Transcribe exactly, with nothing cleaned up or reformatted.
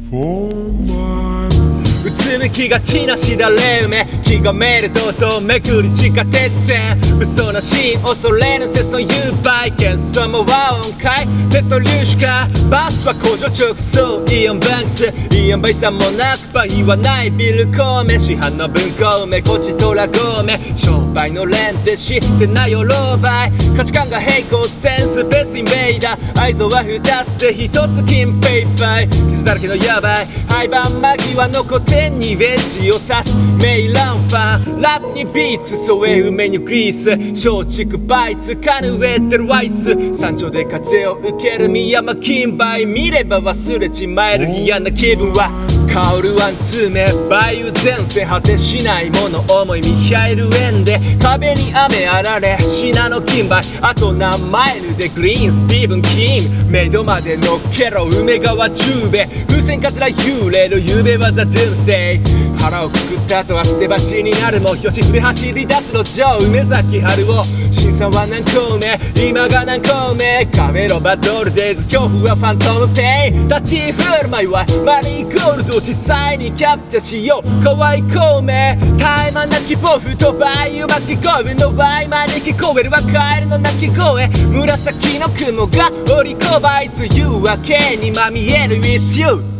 うつむきがちなしだれ梅気がめるとうとうめくる地下鉄線物騒なシーン恐れぬ世相誘拐喧騒も和音階ペトリューシカバスは工場直送イオンバンクスイオンバイさんもなくば言わないビル孔明市販の文庫梅こっちトラゴメ商売の連で知ってないよ老媒価値観が平行センスベースインベイダー愛憎は二つで一つ金ペイパイ傷だらけのヤバい廃盤間際の古典にウェッジを刺すメイランファンラップにビーツ添え梅にグリース松竹バイツカヌエってるワイス山頂で風を受ける宮山金梅見れば忘れちまえる嫌な気分は香るワンツー目梅雨前線果てしないもの思いミハイルエンで壁に雨あられ信濃金梅あと何マイルでグリーンスティーブン・キンメイドまで乗っけろ梅川中米風船かつら幽霊の夢はザ・ドゥームスデイ腹をくくった後は捨て鉢になるもよし筆走り出すのジョー梅崎春夫審査は何個目今が何個目カメロバドルデイズ恐怖はファントムペイン立ち振る舞いはマリーゴールドを実際にキャプチャーしよう可愛い孔明絶え間なき暴風と梅雨巻き声の合間に聞こえるはカエルの鳴き声紫の雲が折りこばいつ夕明けにまみえる It's you